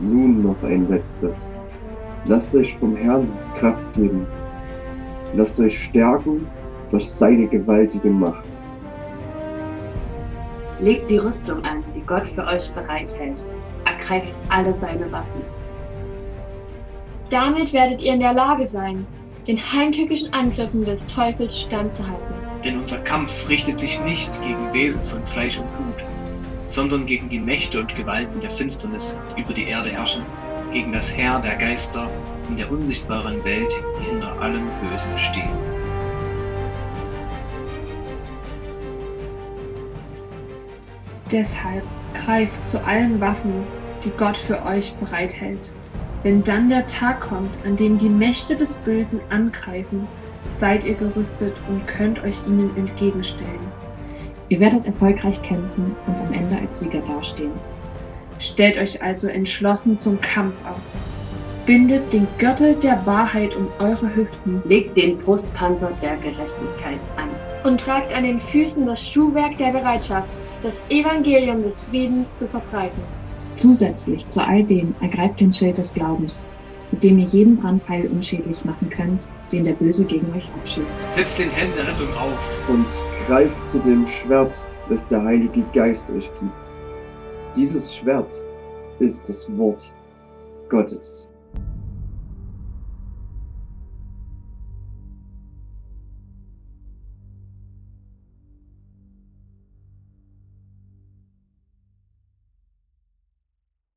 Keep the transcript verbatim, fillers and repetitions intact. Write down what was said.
nun noch ein letztes. Lasst euch vom Herrn Kraft geben. Lasst euch stärken durch seine gewaltige Macht. Legt die Rüstung an, die Gott für euch bereithält. Ergreift alle seine Waffen. Damit werdet ihr in der Lage sein, den heimtückischen Angriffen des Teufels standzuhalten. Denn unser Kampf richtet sich nicht gegen Wesen von Fleisch und Blut, sondern gegen die Mächte und Gewalten der Finsternis, die über die Erde herrschen, gegen das Heer der Geister in der unsichtbaren Welt, die hinter allem Bösen stehen. Deshalb greift zu allen Waffen, die Gott für euch bereithält. Wenn dann der Tag kommt, an dem die Mächte des Bösen angreifen, seid ihr gerüstet und könnt euch ihnen entgegenstellen. Ihr werdet erfolgreich kämpfen und am Ende als Sieger dastehen. Stellt euch also entschlossen zum Kampf auf. Bindet den Gürtel der Wahrheit um eure Hüften. Legt den Brustpanzer der Gerechtigkeit an. Und tragt an den Füßen das Schuhwerk der Bereitschaft, das Evangelium des Friedens zu verbreiten. Zusätzlich zu all dem ergreift den Schild des Glaubens, mit dem ihr jeden Brandpfeil unschädlich machen könnt, den der Böse gegen euch abschießt. Setzt den Helm der Rettung auf und greift zu dem Schwert, das der Heilige Geist euch gibt. Dieses Schwert ist das Wort Gottes.